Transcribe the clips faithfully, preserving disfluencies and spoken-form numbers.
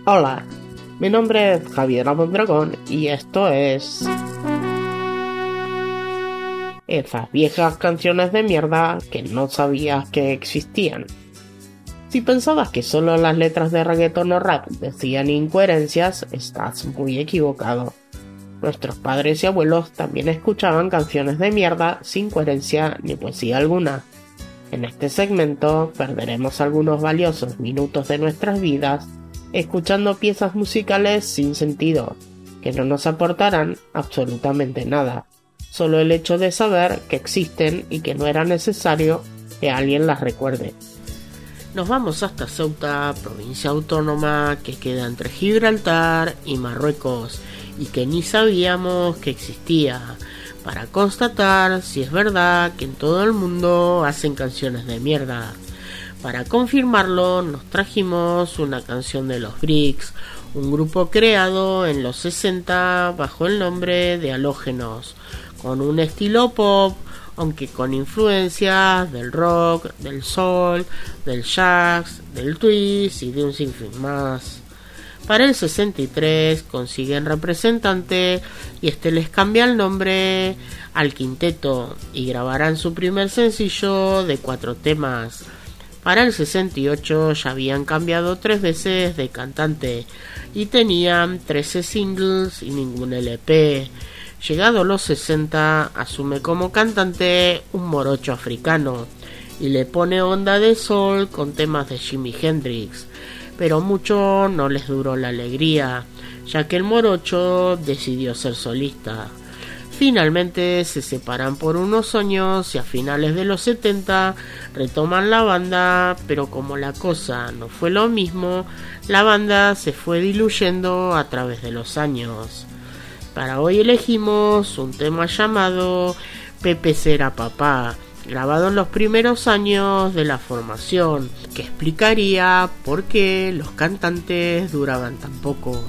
Hola, mi nombre es Javier Mondragón y esto es... esas viejas canciones de mierda que no sabías que existían. Si pensabas que solo las letras de reggaeton o rap decían incoherencias, estás muy equivocado. Nuestros padres y abuelos también escuchaban canciones de mierda sin coherencia ni poesía alguna. En este segmento perderemos algunos valiosos minutos de nuestras vidas escuchando piezas musicales sin sentido, que no nos aportarán absolutamente nada, solo el hecho de saber que existen y que no era necesario que alguien las recuerde. Nos vamos hasta Ceuta, provincia autónoma que queda entre Gibraltar y Marruecos, y que ni sabíamos que existía, para constatar si es verdad que en todo el mundo hacen canciones de mierda. Para confirmarlo nos trajimos una canción de los Bricks, un grupo creado en los sesenta bajo el nombre de Halógenos, con un estilo pop, aunque con influencias del rock, del soul, del jazz, del twist y de un sinfín más. Para el sesenta y tres consiguen representante y este les cambia el nombre al quinteto y grabarán su primer sencillo de cuatro temas. Para el sesenta y ocho ya habían cambiado tres veces de cantante y tenían trece singles y ningún L P. Llegado los sesenta asume como cantante un morocho africano y le pone onda de soul con temas de Jimi Hendrix. Pero mucho no les duró la alegría, ya que el morocho decidió ser solista. Finalmente se separan por unos años y a finales de los setenta retoman la banda, pero como la cosa no fue lo mismo, la banda se fue diluyendo a través de los años. Para hoy elegimos un tema llamado Pepe será papá, grabado en los primeros años de la formación, que explicaría por qué los cantantes duraban tan poco.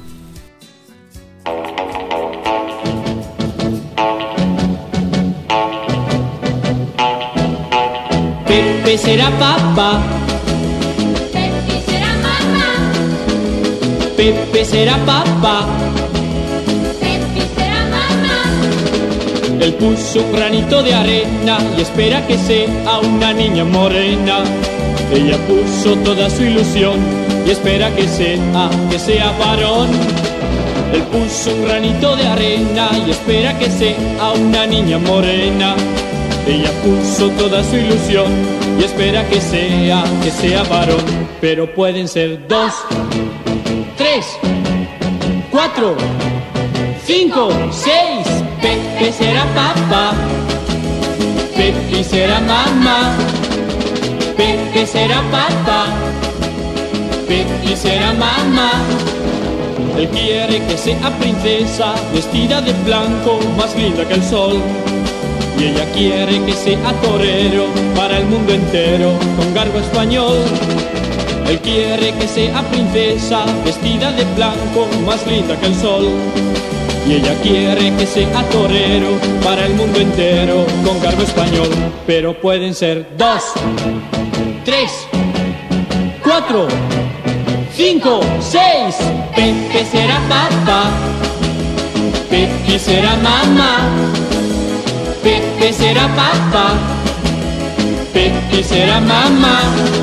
Pepe será papá, Pepe será mamá, Pepe será papá. Pepe será mamá. Él puso un granito de arena y espera que sea una niña morena. Ella puso toda su ilusión y espera que sea, que sea varón. Él puso un granito de arena y espera que sea una niña morena. Ella puso toda su ilusión y espera que sea, que sea varón. Pero pueden ser dos, tres, cuatro, cinco, seis. Pepe será papá, Pepe será mamá, Pepe será papá, Pepe será mamá. Él quiere que sea princesa, vestida de blanco, más linda que el sol. Y ella quiere que sea torero para el mundo entero, con garbo español. Él quiere que sea princesa, vestida de blanco, más linda que el sol. Y ella quiere que sea torero para el mundo entero, con garbo español. Pero pueden ser dos, tres, cuatro, cinco, seis. Pepe será papá, Pepe será mamá, Pepe será papá, Pepe será mamá.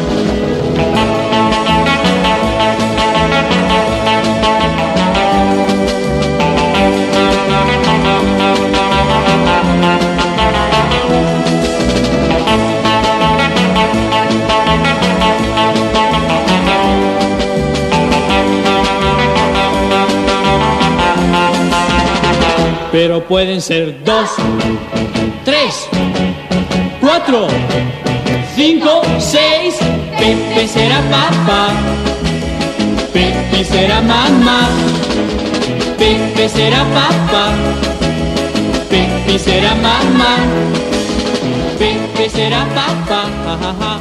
Pero pueden ser dos, tres, cuatro, cinco, seis. Pepe será papá, Pepe será mamá, Pepe será papá, Pepe será mamá, Pepe será papá. Ja, ja, ja.